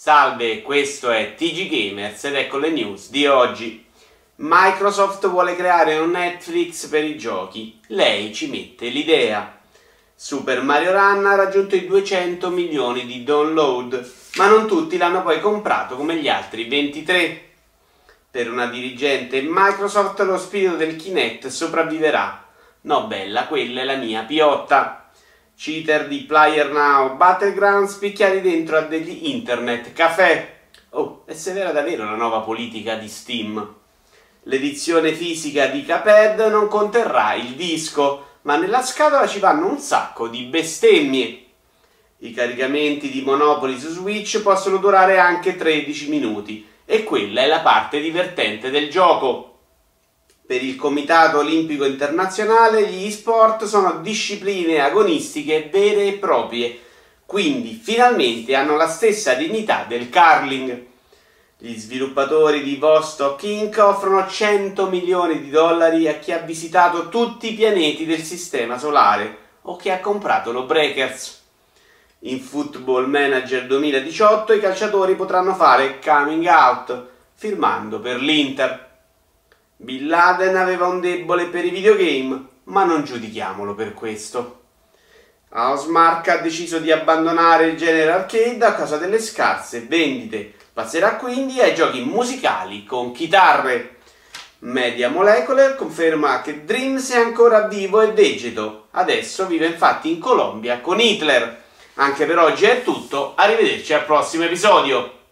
Salve, questo è TG Gamers ed ecco le news di oggi. Microsoft vuole creare un Netflix per i giochi. Lei ci mette l'idea. Super Mario Run ha raggiunto i 200 milioni di download, ma non tutti l'hanno poi comprato come gli altri 23. Per una dirigente Microsoft lo spirito del Kinect sopravviverà. No bella, quella è la mia piotta. Cheater di PlayerNow Battlegrounds picchiati dentro a degli internet caffè. Oh, è severa davvero la nuova politica di Steam. L'edizione fisica di Cuphead non conterrà il disco, ma nella scatola ci vanno un sacco di bestemmie. I caricamenti di Monopoly su Switch possono durare anche 13 minuti e quella è la parte divertente del gioco. Per il Comitato Olimpico Internazionale gli e-sport sono discipline agonistiche vere e proprie, quindi finalmente hanno la stessa dignità del curling. Gli sviluppatori di Vostok Inc. offrono 100 milioni di dollari a chi ha visitato tutti i pianeti del Sistema Solare o che ha comprato lo Breakers. In Football Manager 2018 i calciatori potranno fare coming out, firmando per l'Inter. Bin Laden aveva un debole per i videogame, ma non giudichiamolo per questo. Housemarque ha deciso di abbandonare il genere arcade a causa delle scarse vendite. Passerà quindi ai giochi musicali con chitarre. Media Molecular conferma che Dreams è ancora vivo e vegeto. Adesso vive infatti in Colombia con Hitler. Anche per oggi è tutto, arrivederci al prossimo episodio.